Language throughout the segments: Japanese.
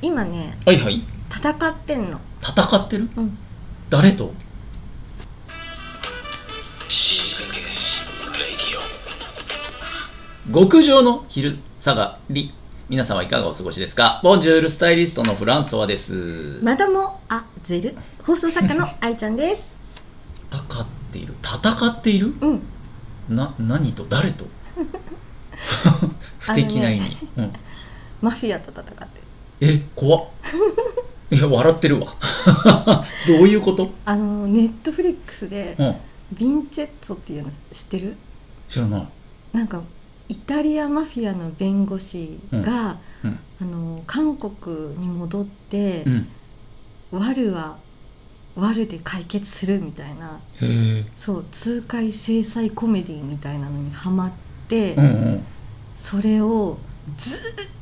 今ね、 はいはい。 戦ってんの。 戦ってる？ うん。 誰と？極上の昼下がり。皆様いかがお過ごしですか？ボンジュール、スタイリストのフランソワです。 マダモアゼル、放送作家の愛ちゃんです。 戦っている。戦っている？ うん。 何と誰と？不敵な意味。うん。 マフィアと戦ってる。 怖っ。いや、笑ってるわ。どういうこと？ ネットフリックスで、 うん。 ヴィンチェッツォっていうの知ってる？ 知らない。 なんかイタリアマフィアの弁護士が、韓国に戻って、悪は悪で解決するみたいな、そう痛快制裁コメディみたいなのにハマって、それをずっ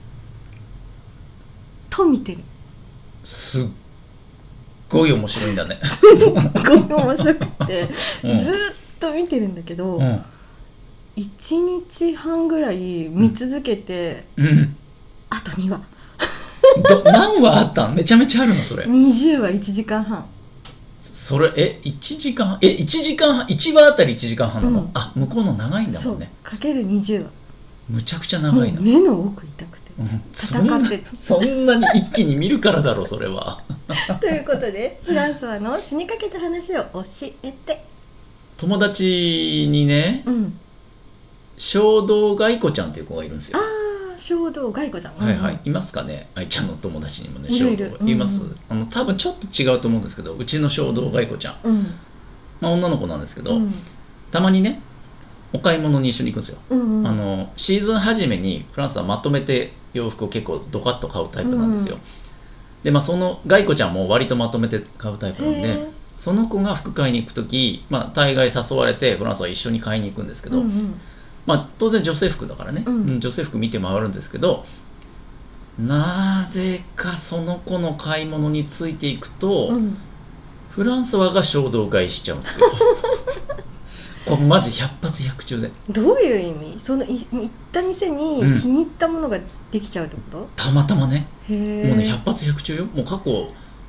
と見てる。 すっごい面白いんだね。 すっごい面白くて、ずっと見てるんだけど、1日半ぐらい見続けて、あと2話。 何話あったん？めちゃめちゃあるのそれ。 20話1時間半。 それ1時間1時間半、1話あたり1時間半なの？あ、向こうの長いんだもんね。 そう、かける20話。 むちゃくちゃ長いな。 目の奥痛くて、戦ってそんなに一気に見るからだろそれは。 ということで、フランソワの死にかけた話を教えて。 友達にね、衝動外子ちゃんっていう子がいるんですよ。 衝動外子ちゃん。 はいはい。いますかね？愛ちゃんの友達にもね、衝動います。多分ちょっと違うと思うんですけど、うちの衝動外子ちゃん、女の子なんですけど、たまにねお買い物に一緒に行くんですよ。シーズン初めにフランスはまとめて洋服を結構ドカッと買うタイプなんですよ。でその外子ちゃんも割とまとめて買うタイプなんで、その子が服買いに行く時、大概誘われてフランスは一緒に買いに行くんですけど、当然女性服だからね、女性服見て回るんですけど、なぜかその子の買い物についていくと、フランソワが衝動買いしちゃうんですよ。これマジ百発百中で。 どういう意味？その行った店に気に入ったものができちゃうってこと？ たまたまね。もうね、百発百中よ。もう過去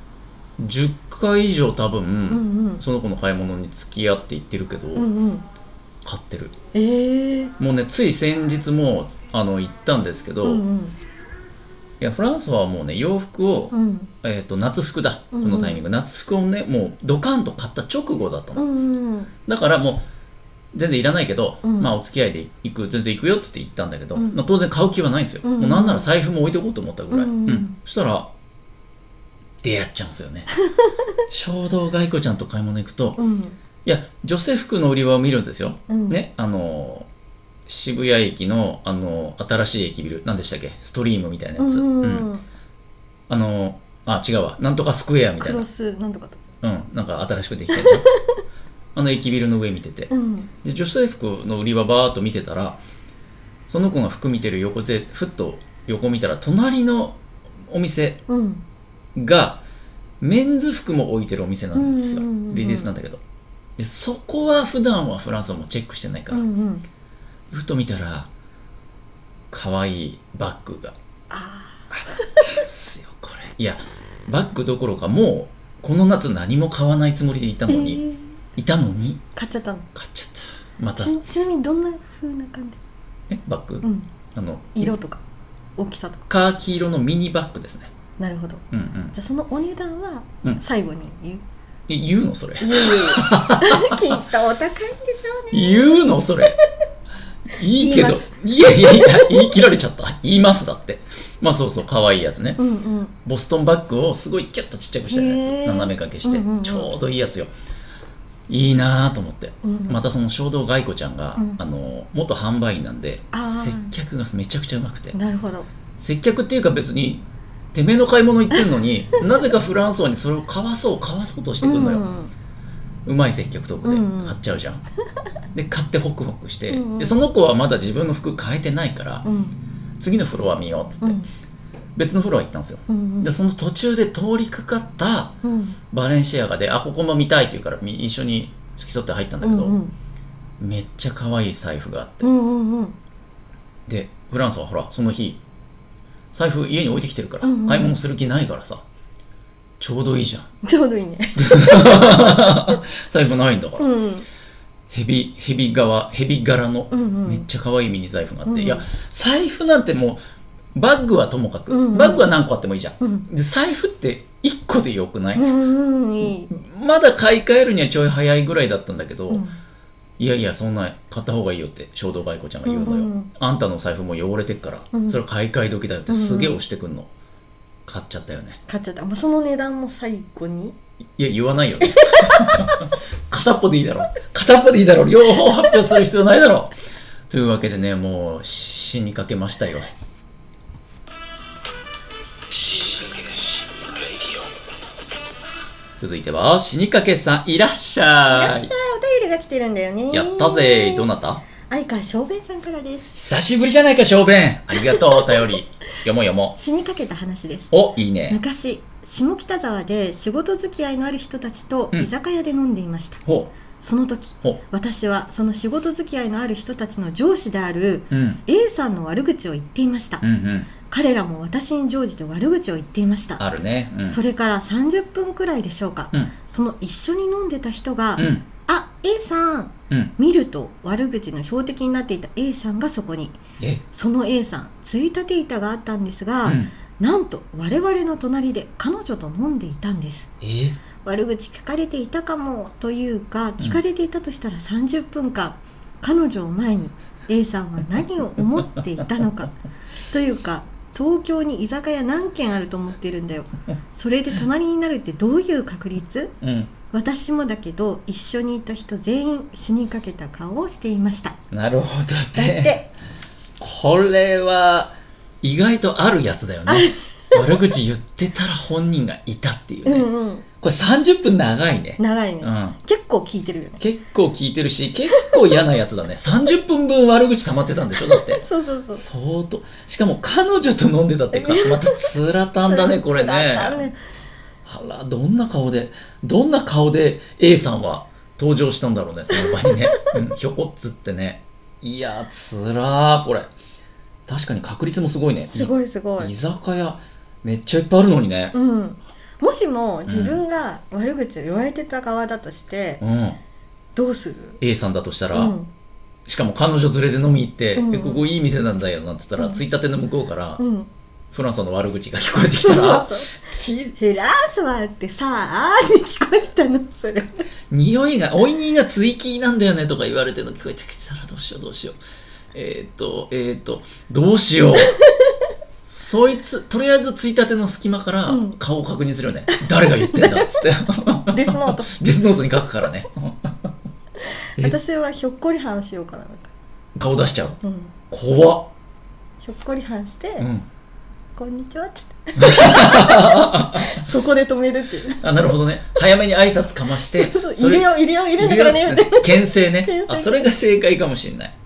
10回以上多分、その子の買い物に付き合って行ってるけど、買ってる。もうね、つい先日も行ったんですけど、いやフランスはもうね、洋服を、夏服だ、このタイミング、夏服をね、もうドカンと買った直後だったの。だからもう全然いらないけど、お付き合いで全然行くよって言ったんだけど、当然買う気はないんですよ。もうなんなら財布も置いておこうと思ったぐらい。そしたら出会っちゃうんですよね。衝動外子ちゃんと買い物行くと、いや女性服の売り場を見るんですよ。ね、渋谷駅の新しい駅ビル、何でしたっけ、ストリームみたいなやつ。違うわ、なんとかスクエアみたいな。 クロスなんとかと。 なんか新しくできてる駅ビルの上見てて、で女性服の売り場バーっと見てたら、その子が服見てる横でふっと横見たら、隣のお店がメンズ服も置いてるお店なんですよ。レディースなんだけど、でそこは普段はフランスはもうチェックしてないから、ふと見たら可愛いバッグがあったんですよ。これいやバッグどころか、もうこの夏何も買わないつもりでいたのに、 買っちゃったの。 買っちゃった。またちなみにどんな風な感じ？ バッグ、 色とか大きさとか。 カーキ色のミニバッグですね。 なるほど。じゃあそのお値段は最後に言う？ 言うのそれ？ きっとお高いんでしょうね。 言うのそれ？いいけど、いや言い切られちゃった。言いますだって。そうそう、可愛いやつね。ボストンバッグをすごいキュッとちっちゃくしたやつ、斜め掛けして、ちょうどいいやつよ。いいなと思って、またその衝動外子ちゃんが、元販売員なんで、接客がめちゃくちゃうまくて。 なるほど。 接客っていうか別にてめえの買い物行ってんのに、なぜかフランソワにそれを買わそうとしてくるのよ。うまい接客トークで買っちゃうじゃん。で買ってホクホクして、でその子はまだ自分の服変えてないから、次のフロア見ようっつって、別のフロア行ったんですよ。でその途中で通りかかったバレンシアガで、ここも見たいって言うから一緒に付き添って入ったんだけど、めっちゃ可愛い財布があって、でフランスはほらその日財布家に置いてきてるから、買い物する気ないからさ、ちょうどいいじゃん。 ちょうどいいね。 財布ないんだから、ヘビ柄のめっちゃ可愛いミニ財布があって、いや財布なんてもうバッグはともかく、バッグは何個あってもいいじゃん、で財布って1個でよくない？まだ買い替えるにはちょい早いぐらいだったんだけど、いやいやそんな買った方がいいよって衝動買い子ちゃんが言うのよ、あんたの財布も汚れてっから、それ買い替え時だよってすげえ押してくんの、買っちゃったよね。 買っちゃった。その値段も最後に、 いや言わないよね。片っぽでいいだろ、両方発表する必要ないだろ。というわけでね、もう死にかけましたよ。続いては死にかけさん、いらっしゃい。 お便りが来てるんだよね。 やったぜ。どなた？ 相川小弁さんからです。 久しぶりじゃないか小弁。ありがとう。お便り読もう。 死にかけた話です。 お、いいね。 昔下北沢で仕事付き合いのある人たちと居酒屋で飲んでいました、その時私はその仕事付き合いのある人たちの上司である A さんの悪口を言っていました、彼らも私に乗じて悪口を言っていました。 あるね、 それから30分くらいでしょうか、その一緒に飲んでた人が、あ、A さん、見ると悪口の標的になっていた A さんがそこに。その A さん、ついたて板があったんですが、なんと我々の隣で彼女と飲んでいたんです。悪口聞かれていたかもというか、聞かれていたとしたら30分間彼女を前に A さんは何を思っていたのかというか、東京に居酒屋何軒あると思ってるんだよ。それで隣になるってどういう確率？私もだけど一緒にいた人全員死にかけた顔をしていました。 なるほどね。これは意外とあるやつだよね。悪口言ってたら本人がいたっていうね。これ30分長いね。 長いね、結構聞いてるよね。 結構聞いてるし、結構嫌なやつだね。30分分悪口溜まってたんでしょ、だって。 そう相当。しかも彼女と飲んでたってか、またつらたんだね、これね。あら、どんな顔で A さんは登場したんだろうね、その場にね。ひょこっつってね。いや、つらー、これ。確かに確率もすごいね。 すごい。 居酒屋めっちゃいっぱいあるのにね。 もしも自分が悪口を言われてた側だとして、どうする？ A さんだとしたら、しかも彼女連れで飲み行って、ここいい店なんだよなんつったら、ついたての向こうから、フランスの悪口が聞こえてきたら、 フランスはってさあって聞こえてたの、それ。 匂いが、おいにが追記なんだよねとか言われてるの聞こえてきたら、どうしよう。どうしよう。そいつ、とりあえずついたての隙間から顔を確認するよね。誰が言ってんだっつって。 デスノート。 デスノートに書くからね。 私はひょっこりはんしようかな。 顔出しちゃう。怖っ。 ひょっこりはんして、こんにちはってそこで止めるっていう。 あ、なるほどね。早めに挨拶かまして。 いるよ、いるんだからね。 牽制ね。あ、それが正解かもしれない。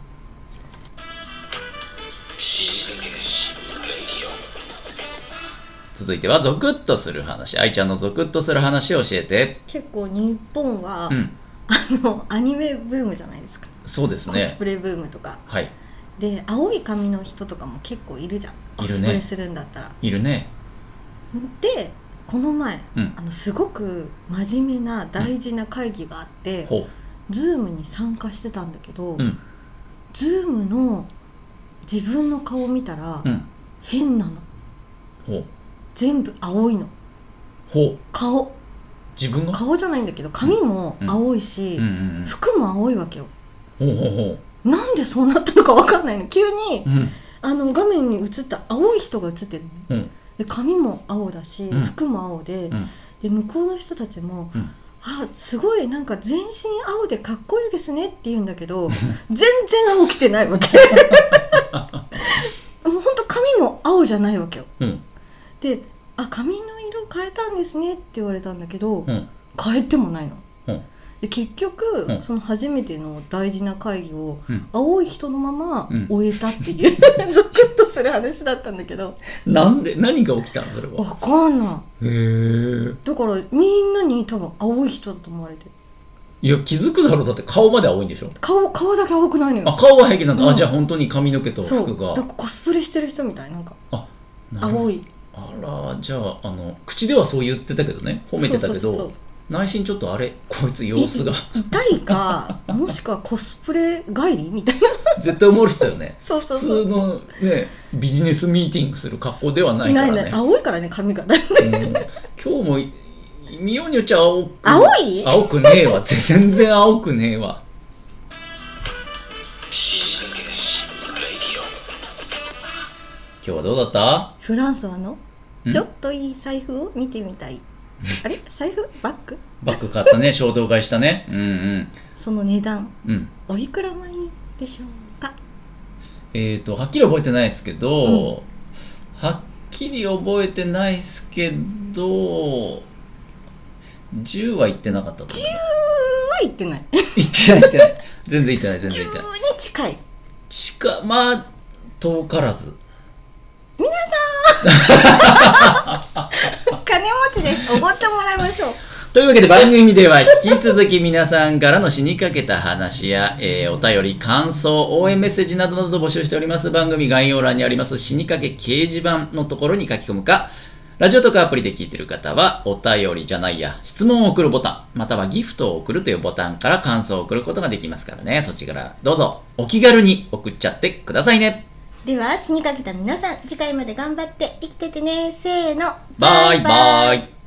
続いてはゾクッとする話。愛ちゃんのゾクッとする話を教えて。 結構日本は、アニメブームじゃないですか。 そうですね。 コスプレブームとか。で、青い髪の人とかも結構いるじゃん。コスプレするんだったら。 いるね。 で、この前、すごく真面目な大事な会議があって、ズームに参加してたんだけど、ズームの自分の顔を見たら、変なの。全部青いの。顔。 自分の顔じゃないんだけど、髪も青いし、服も青いわけよ。なんでそうなったのか分かんないの。急に、画面に映った青い人が映ってるの、で髪も青だし、服も青で、で向こうの人たちも、すごいなんか全身青でかっこいいですねって言うんだけど全然青着てないわけ。もうほんと髪も青じゃないわけよ、で、髪の色変えたんですねって言われたんだけど、変えてもないの、で結局、その初めての大事な会議を、青い人のまま終えたっていう、ゾクッとする話だったんだけど。 なんで、何が起きたのそれは。 わかんない。 へえ。 だからみんなに多分青い人だと思われてる。 いや、気づくだろう。だって顔まで青いんでしょ。 顔だけ青くないのよ。 顔は平気なんだ。じゃあ本当に髪の毛と服が。 だからコスプレしてる人みたいなんか。 青い。 あら、じゃあ口ではそう言ってたけどね、褒めてたけど、内心ちょっとあれ、こいつ様子が痛いか、もしくはコスプレ帰りみたいな絶対思われてたよね。 そう普通のねビジネスミーティングする格好ではないからね。 ない青いからね、髪が今日も見ようによっちゃ青くねえわ全然青くねえわ。今日はどうだった？ フランソワのちょっといい財布を見てみたい。あれ、財布？バッグ買ったね。衝動買いしたね。 その値段、おいくら前でしょうか？ はっきり覚えてないですけど、はっきり覚えてないですけど、10は言ってなかったと思う。10 は言ってない言ってない全然言ってない。10に近い。 まあ遠からず。 皆さん金持ちです。おごってもらいましょう。 というわけで番組では引き続き皆さんからの死にかけた話や、お便り、感想、応援メッセージなどなど募集しております。番組概要欄にあります死にかけ掲示板のところに書き込むか、ラジオとかアプリで聞いている方はお便りじゃないや質問を送るボタン、またはギフトを送るというボタンから感想を送ることができますからね。そっちからどうぞお気軽に送っちゃってくださいね。 では死にかけた皆さん、次回まで頑張って生きててね。せーの、 バイバイ。